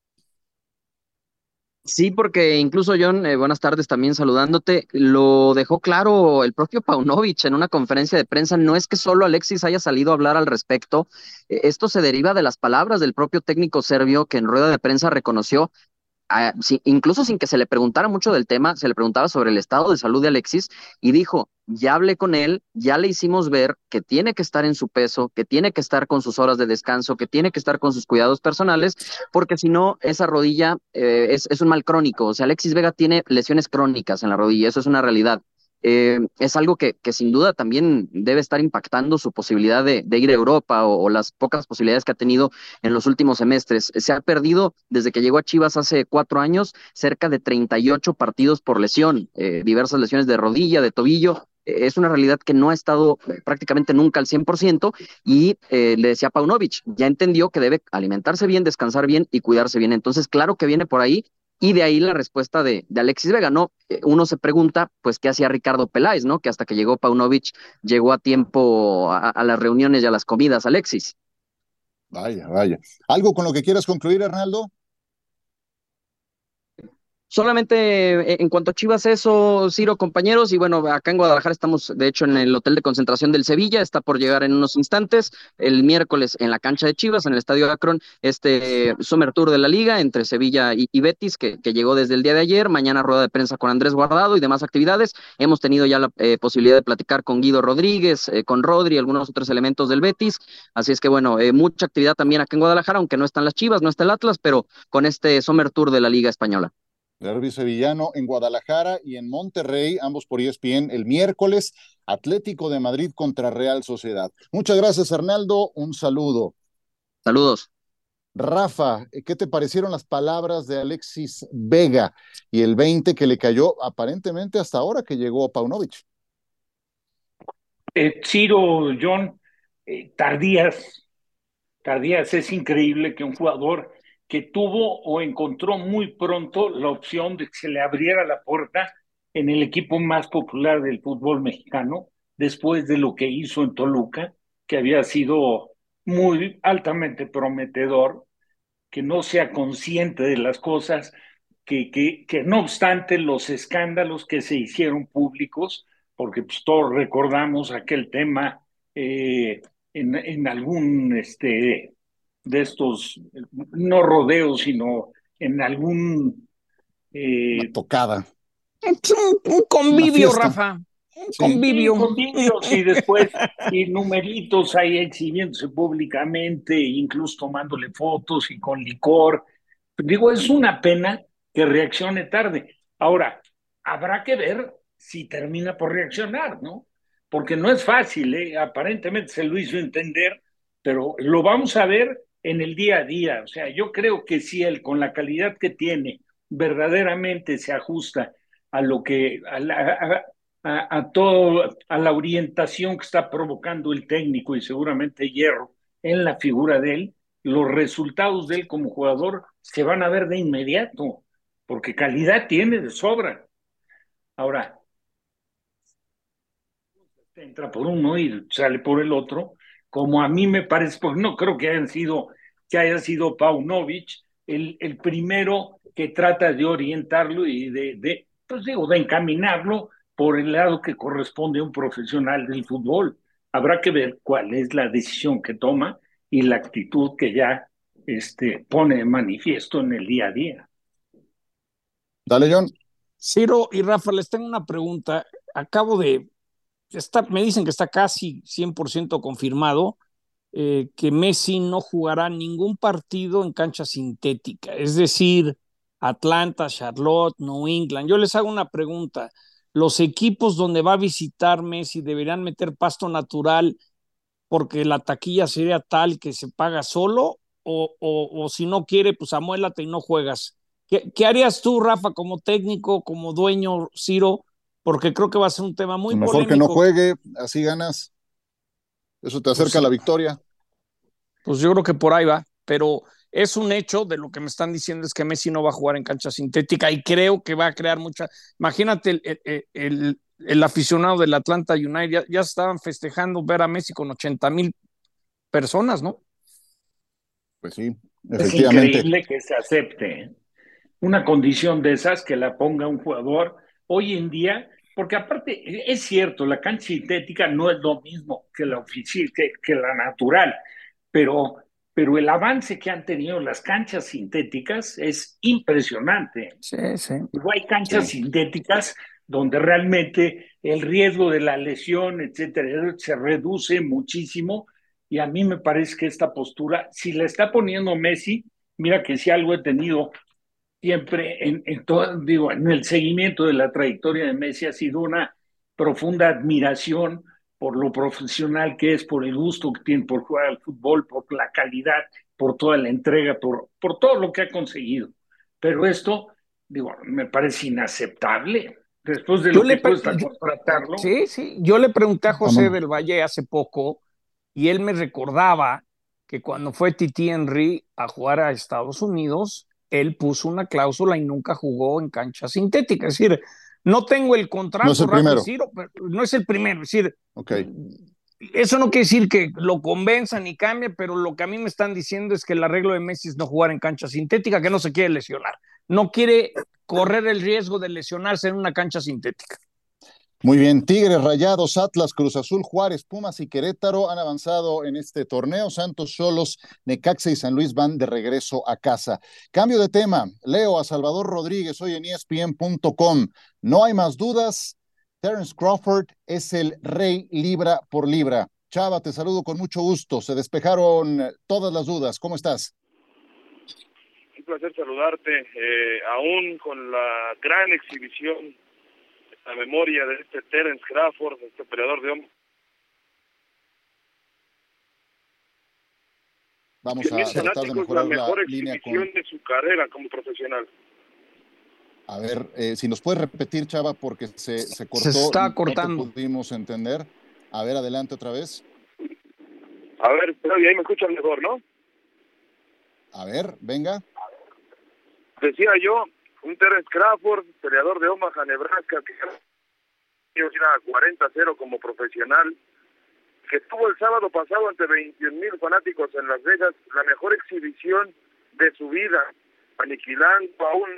Sí, porque incluso John, eh, buenas tardes también saludándote, lo dejó claro el propio Paunovic en una conferencia de prensa. No es que solo Alexis haya salido a hablar al respecto, eh, esto se deriva de las palabras del propio técnico serbio, que en rueda de prensa reconoció, a- sí, incluso sin que se le preguntara mucho del tema, se le preguntaba sobre el estado de salud de Alexis y dijo: ya hablé con él, ya le hicimos ver que tiene que estar en su peso, que tiene que estar con sus horas de descanso, que tiene que estar con sus cuidados personales, porque si no, esa rodilla eh, es, es un mal crónico. O sea, Alexis Vega tiene lesiones crónicas en la rodilla, eso es una realidad. Eh, es algo que, que sin duda también debe estar impactando su posibilidad de, de ir a Europa o, o las pocas posibilidades que ha tenido en los últimos semestres. Se ha perdido desde que llegó a Chivas hace cuatro años cerca de treinta y ocho partidos por lesión, eh, diversas lesiones de rodilla, de tobillo. Eh, Es una realidad que no ha estado eh, prácticamente nunca al cien por ciento y eh, le decía Paunovic, ya entendió que debe alimentarse bien, descansar bien y cuidarse bien. Entonces, claro que viene por ahí y de ahí la respuesta de, de Alexis Vega, ¿no? Eh, Uno se pregunta, pues, ¿qué hacía Ricardo Peláez, ¿no? Que hasta que llegó Paunovic llegó a tiempo a, a las reuniones y a las comidas, Alexis. Vaya, vaya. ¿Algo con lo que quieras concluir, Hernaldo? Solamente eh, en cuanto a Chivas, eso, Ciro, compañeros, y bueno, acá en Guadalajara estamos, de hecho, en el hotel de concentración del Sevilla, está por llegar en unos instantes, el miércoles en la cancha de Chivas, en el Estadio Akron, este Summer Tour de la Liga entre Sevilla y, y Betis, que, que llegó desde el día de ayer, mañana rueda de prensa con Andrés Guardado y demás actividades. Hemos tenido ya la eh, posibilidad de platicar con Guido Rodríguez, eh, con Rodri, algunos otros elementos del Betis, así es que bueno, eh, mucha actividad también acá en Guadalajara, aunque no están las Chivas, no está el Atlas, pero con este Summer Tour de la Liga Española. Derby sevillano en Guadalajara y en Monterrey, ambos por E S P N el miércoles, Atlético de Madrid contra Real Sociedad. Muchas gracias, Hernaldo, un saludo. Saludos. Rafa, ¿qué te parecieron las palabras de Alexis Vega y el veinte que le cayó aparentemente hasta ahora que llegó a Paunovic? Eh, Ciro, John, eh, tardías, tardías, es increíble que un jugador que tuvo o encontró muy pronto la opción de que se le abriera la puerta en el equipo más popular del fútbol mexicano, después de lo que hizo en Toluca, que había sido muy altamente prometedor, que no sea consciente de las cosas, que, que, que no obstante los escándalos que se hicieron públicos, porque pues, todos recordamos aquel tema eh, en, en algún este, de estos, no rodeos, sino en algún... Una Eh, tocada. Es un, un convivio, Rafa, un Sí. convivio. Sí, convivios y después y numeritos ahí exhibiéndose públicamente, incluso tomándole fotos y con licor. Digo, es una pena que reaccione tarde. Ahora, habrá que ver si termina por reaccionar, ¿no? porque no es fácil, ¿eh? Aparentemente se lo hizo entender, pero lo vamos a ver en el día a día. O sea, yo creo que si él, con la calidad que tiene, verdaderamente se ajusta a lo que, a, la, a, a, a todo, a la orientación que está provocando el técnico y seguramente Hierro en la figura de él, los resultados de él como jugador se van a ver de inmediato, porque calidad tiene de sobra. Ahora, entra por uno y sale por el otro, como a mí me parece, porque no creo que hayan sido, que haya sido Paunovic el, el primero que trata de orientarlo y de, de, pues digo, de encaminarlo por el lado que corresponde a un profesional del fútbol. Habrá que ver cuál es la decisión que toma y la actitud que ya este, pone de manifiesto en el día a día. Dale, John. Ciro y Rafa, les tengo una pregunta. Acabo de Está, me dicen que está casi cien por ciento confirmado eh, que Messi no jugará ningún partido en cancha sintética, es decir, Atlanta, Charlotte, New England. Yo les hago una pregunta. ¿Los equipos donde va a visitar Messi deberían meter pasto natural porque la taquilla sería tal que se paga solo? O, o, o si no quiere, pues amuélate y no juegas. ¿Qué, ¿Qué harías tú, Rafa, como técnico, como dueño, Ciro? Porque creo que va a ser un tema muy Mejor polémico. que no juegue, así ganas. Eso te acerca pues sí, a la victoria. Pues yo creo que por ahí va, pero es un hecho de lo que me están diciendo es que Messi no va a jugar en cancha sintética y creo que va a crear mucha... Imagínate el, el, el, el aficionado del Atlanta United, ya, ya estaban festejando ver a Messi con ochenta mil personas, ¿no? Pues sí, Es efectivamente. increíble que se acepte una condición de esas, que la ponga un jugador hoy en día, porque aparte es cierto, la cancha sintética no es lo mismo que la oficial, que, que la natural, pero, pero el avance que han tenido las canchas sintéticas es impresionante. Sí, sí. Hay canchas Sí. sintéticas donde realmente el riesgo de la lesión, etcétera, se reduce muchísimo, y a mí me parece que esta postura, si la está poniendo Messi, mira que si algo he tenido siempre en, en todo, digo, en el seguimiento de la trayectoria de Messi, ha sido una profunda admiración por lo profesional que es, por el gusto que tiene por jugar al fútbol, por la calidad, por toda la entrega, por, por todo lo que ha conseguido. Pero esto, digo, me parece inaceptable. Después de Yo lo le, que cuesta contratarlo. sí, sí, yo le pregunté a José Vámonos. del Valle hace poco y él me recordaba que cuando fue Titi Henry a jugar a Estados Unidos, él puso una cláusula y nunca jugó en cancha sintética. Es decir, no tengo el contrato, No es el Rafa y primero. Ciro, pero no es el primero. Es decir, Ok. eso no quiere decir que lo convenzan y cambie, pero lo que a mí me están diciendo es que el arreglo de Messi es no jugar en cancha sintética, que no se quiere lesionar. No quiere correr el riesgo de lesionarse en una cancha sintética. Muy bien, Tigres, Rayados, Atlas, Cruz Azul, Juárez, Pumas y Querétaro han avanzado en este torneo. Santos, Xolos, Necaxa y San Luis van de regreso a casa. Cambio de tema. Leo a Salvador Rodríguez hoy en E S P N punto com. No hay más dudas. Terence Crawford es el rey libra por libra. Chava, te saludo con mucho gusto. Se despejaron todas las dudas. ¿Cómo estás? Un placer saludarte, eh, aún con la gran exhibición, la memoria de este Terence Crawford, este peleador de hombre. Vamos que a mis tratar de fanáticos, mejorar la mejor la línea exhibición con... de su carrera como profesional. A ver, eh, si nos puedes repetir, Chava, porque se, se cortó. Se está no cortando. te pudimos entender. A ver, adelante otra vez. A ver, pero ahí me escuchan mejor, ¿no? A ver, venga. Decía yo, un Terence Crawford, peleador de Omaha, Nebraska, que era cuarenta a cero como profesional, que estuvo el sábado pasado ante veintiún mil fanáticos en Las Vegas, la mejor exhibición de su vida, aniquilando a un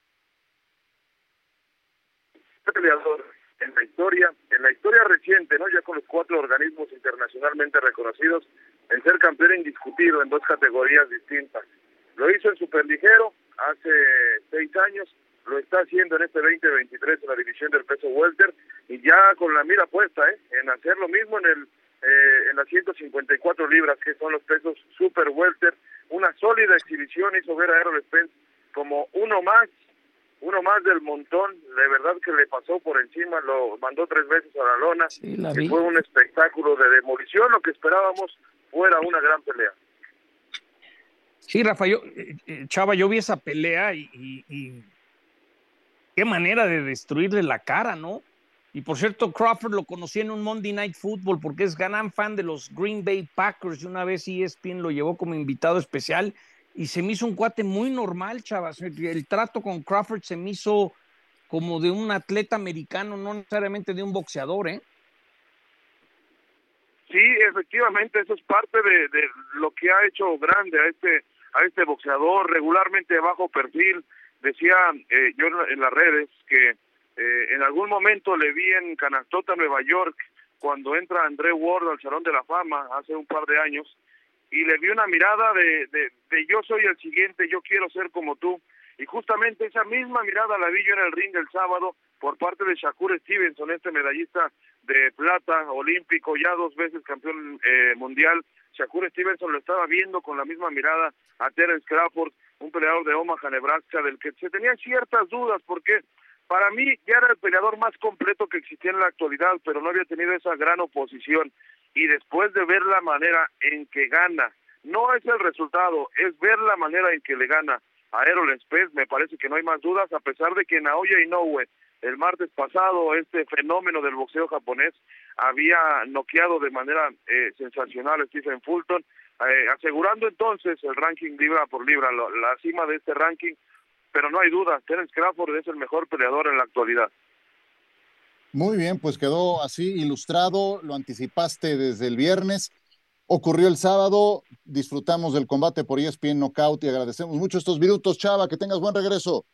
peleador en la historia, en la historia reciente, ¿no? Ya con los cuatro organismos internacionalmente reconocidos, en ser campeón indiscutido en dos categorías distintas. Lo hizo en superligero hace seis años, lo está haciendo en este veinte veintitrés en la división del peso welter, y ya con la mira puesta, ¿eh? En hacer lo mismo en el eh, en las ciento cincuenta y cuatro libras, que son los pesos super welter. Una sólida exhibición hizo ver a Errol Spence como uno más uno más del montón, de verdad que le pasó por encima, lo mandó tres veces a la lona, Sí, la que vi. fue un espectáculo de demolición, lo que esperábamos fuera una gran pelea. Sí, Rafa, yo, eh, eh, Chava, yo vi esa pelea y, y, y qué manera de destruirle la cara, ¿no? Y por cierto, Crawford lo conocí en un Monday Night Football porque es gran fan de los Green Bay Packers y una vez E S P N lo llevó como invitado especial y se me hizo un cuate muy normal, chavas. El trato con Crawford se me hizo como de un atleta americano, no necesariamente de un boxeador, ¿eh? Sí, efectivamente, eso es parte de, de lo que ha hecho grande a este a este boxeador, regularmente de bajo perfil. Decía eh, yo en las redes que eh, en algún momento le vi en Canastota, Nueva York, cuando entra André Ward al Salón de la Fama hace un par de años, y le vi una mirada de, de, de yo soy el siguiente, yo quiero ser como tú. Y justamente esa misma mirada la vi yo en el ring el sábado por parte de Shakur Stevenson, este medallista de plata olímpico, ya dos veces campeón eh, mundial. Shakur Stevenson lo estaba viendo con la misma mirada a Terence Crawford, un peleador de Omaha, Nebraska, del que se tenían ciertas dudas, porque para mí ya era el peleador más completo que existía en la actualidad, pero no había tenido esa gran oposición. Y después de ver la manera en que gana, no es el resultado, es ver la manera en que le gana a Errol Spence, me parece que no hay más dudas, a pesar de que Naoya Inoue el martes pasado, este fenómeno del boxeo japonés, había noqueado de manera eh, sensacional a Stephen Fulton, eh, asegurando entonces el ranking libra por libra, lo, la cima de este ranking, pero no hay duda, Terence Crawford es el mejor peleador en la actualidad. Muy bien, pues quedó así ilustrado, lo anticipaste desde el viernes, ocurrió el sábado, disfrutamos del combate por E S P N Knockout y agradecemos mucho estos minutos, Chava, que tengas buen regreso.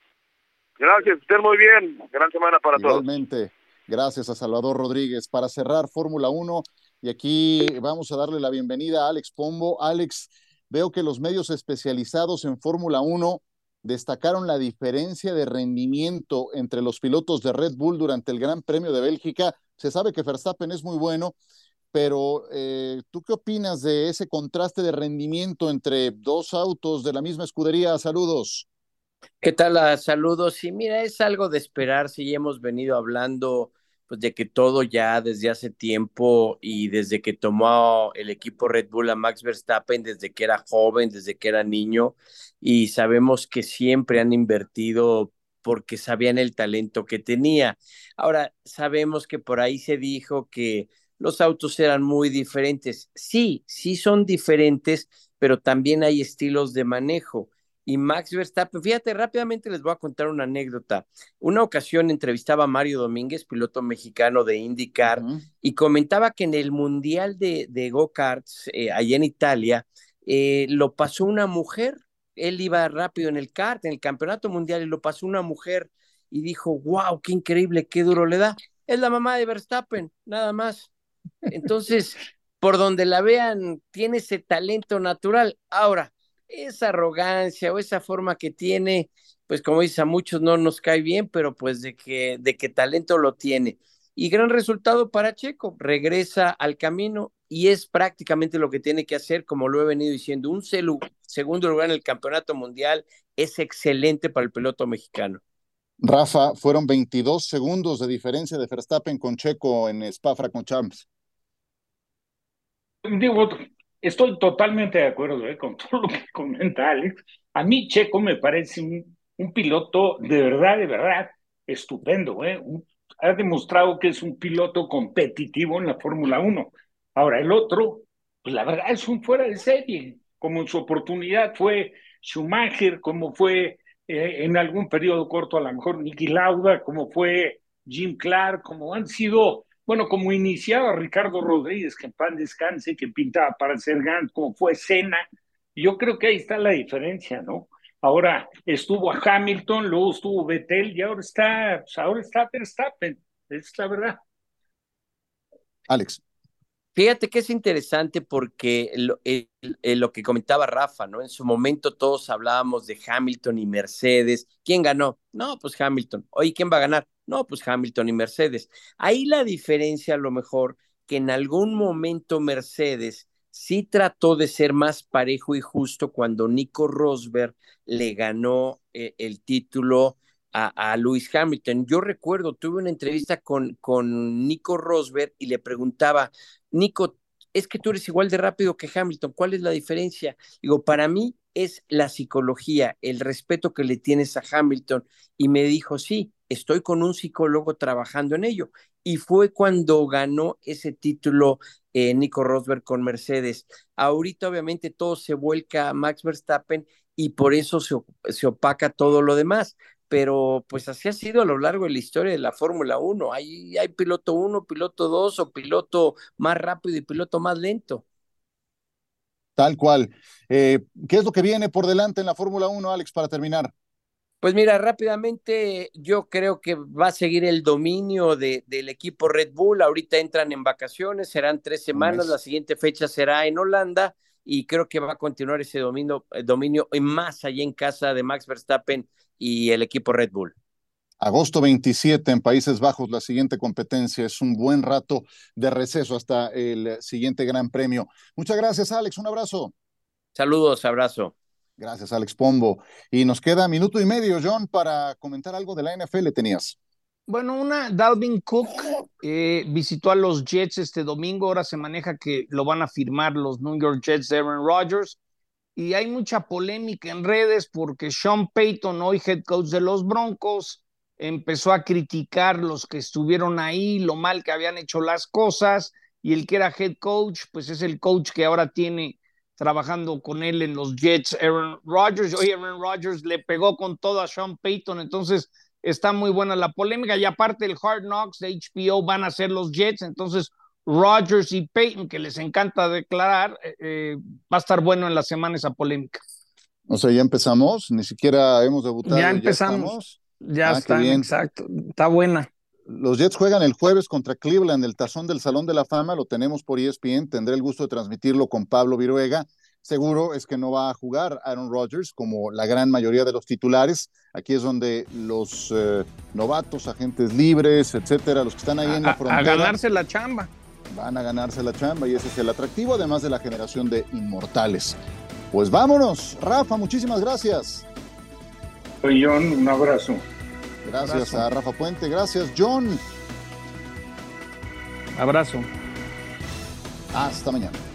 Gracias, estén muy bien, gran semana para Igualmente, todos. gracias a Salvador Rodríguez. Para cerrar Fórmula uno, y aquí vamos a darle la bienvenida a Alex Pombo. Alex, veo que los medios especializados en Fórmula uno destacaron la diferencia de rendimiento entre los pilotos de Red Bull durante el Gran Premio de Bélgica. Se sabe que Verstappen es muy bueno, pero eh, ¿tú qué opinas de ese contraste de rendimiento entre dos autos de la misma escudería? Saludos. ¿Qué tal? Ah, saludos. Sí, mira, es algo de esperar, sí, hemos venido hablando pues de que todo ya desde hace tiempo y desde que tomó el equipo Red Bull a Max Verstappen, desde que era joven, desde que era niño, y sabemos que siempre han invertido porque sabían el talento que tenía. Ahora, sabemos que por ahí se dijo que los autos eran muy diferentes. Sí, sí son diferentes, pero también hay estilos de manejo. Y Max Verstappen, fíjate, rápidamente les voy a contar una anécdota. Una ocasión entrevistaba a Mario Domínguez, piloto mexicano de IndyCar, uh-huh. y comentaba que en el Mundial de, de Go-Karts, eh, allá en Italia, eh, lo pasó una mujer. Él iba rápido en el kart, en el campeonato mundial, y lo pasó una mujer. Y dijo, wow, qué increíble, qué duro le da. Es la mamá de Verstappen, nada más. Entonces, por donde la vean, tiene ese talento natural. Ahora, esa arrogancia o esa forma que tiene, pues como dices, a muchos no nos cae bien, pero pues de que, de que talento lo tiene. Y gran resultado para Checo, regresa al camino y es prácticamente lo que tiene que hacer, como lo he venido diciendo, un celu, segundo lugar en el campeonato mundial es excelente para el piloto mexicano. Rafa, fueron veintidós segundos de diferencia de Verstappen con Checo en Spa-Francorchamps. Digo, estoy totalmente de acuerdo ¿eh? con todo lo que comenta Alex. A mí Checo me parece un, un piloto de verdad, de verdad, estupendo. ¿eh? Un, ha demostrado que es un piloto competitivo en la Fórmula uno. Ahora, el otro, pues la verdad es un fuera de serie, como en su oportunidad fue Schumacher, como fue eh, en algún periodo corto a lo mejor Niki Lauda, como fue Jim Clark, como han sido... Bueno, como iniciaba Ricardo Rodríguez, que en paz descanse, que pintaba para ser Gant, como fue Senna, yo creo que ahí está la diferencia, ¿no? Ahora estuvo a Hamilton, luego estuvo Vettel y ahora está, pues ahora está Verstappen, es la verdad. Alex. Fíjate que es interesante porque lo, eh, eh, lo que comentaba Rafa, ¿no? En su momento todos hablábamos de Hamilton y Mercedes. ¿Quién ganó? No, pues Hamilton. Oye, ¿quién va a ganar? No, pues Hamilton y Mercedes. Ahí la diferencia a lo mejor que en algún momento Mercedes sí trató de ser más parejo y justo cuando Nico Rosberg le ganó eh, el título a, a Lewis Hamilton. Yo recuerdo, tuve una entrevista con, con Nico Rosberg y le preguntaba, Nico, es que tú eres igual de rápido que Hamilton, ¿cuál es la diferencia? Digo, para mí es la psicología, el respeto que le tienes a Hamilton. Y me dijo, sí, estoy con un psicólogo trabajando en ello. Y fue cuando ganó ese título eh, Nico Rosberg con Mercedes. Ahorita obviamente todo se vuelca a Max Verstappen y por eso se, se opaca todo lo demás. Pero pues así ha sido a lo largo de la historia de la Fórmula uno. Hay, hay piloto uno, piloto dos o piloto más rápido y piloto más lento. Tal cual. Eh, ¿Qué es lo que viene por delante en la Fórmula uno, Alex, para terminar? Pues mira, rápidamente yo creo que va a seguir el dominio de, del equipo Red Bull. Ahorita entran en vacaciones, serán tres semanas, la siguiente fecha será en Holanda y creo que va a continuar ese dominio, dominio y más allá en casa de Max Verstappen y el equipo Red Bull. Agosto veintisiete en Países Bajos, la siguiente competencia. Es un buen rato de receso hasta el siguiente Gran Premio. Muchas gracias, Alex. Un abrazo. Saludos, abrazo. Gracias, Alex Pombo. Y nos queda minuto y medio, John, para comentar algo de la N F L. ¿Tenías? Bueno, una, Dalvin Cook eh, visitó a los Jets este domingo. Ahora se maneja que lo van a firmar los New York Jets de Aaron Rodgers. Y hay mucha polémica en redes porque Sean Payton, hoy head coach de los Broncos, empezó a criticar los que estuvieron ahí, lo mal que habían hecho las cosas, y el que era head coach, pues es el coach que ahora tiene trabajando con él en los Jets, Aaron Rodgers. Hoy Aaron Rodgers le pegó con todo a Sean Payton, entonces está muy buena la polémica, y aparte el Hard Knocks de H B O van a ser los Jets, entonces Rodgers y Payton, que les encanta declarar, eh, va a estar bueno en la semana esa polémica. O sea, ya empezamos, ni siquiera hemos debutado. Ya empezamos, ya, ya ah, están, exacto, está buena. Los Jets juegan el jueves contra Cleveland, el tazón del Salón de la Fama, lo tenemos por E S P N, tendré el gusto de transmitirlo con Pablo Viruega. Seguro es que no va a jugar Aaron Rodgers como la gran mayoría de los titulares. Aquí es donde los eh, novatos, agentes libres, etcétera, los que están ahí a, en la frontera. A ganarse la chamba. Van a ganarse la chamba y ese es el atractivo, además de la generación de inmortales. Pues vámonos, Rafa, muchísimas gracias. Soy John, un abrazo. Gracias abrazo. A Rafa Puente, gracias John. Abrazo. Hasta mañana.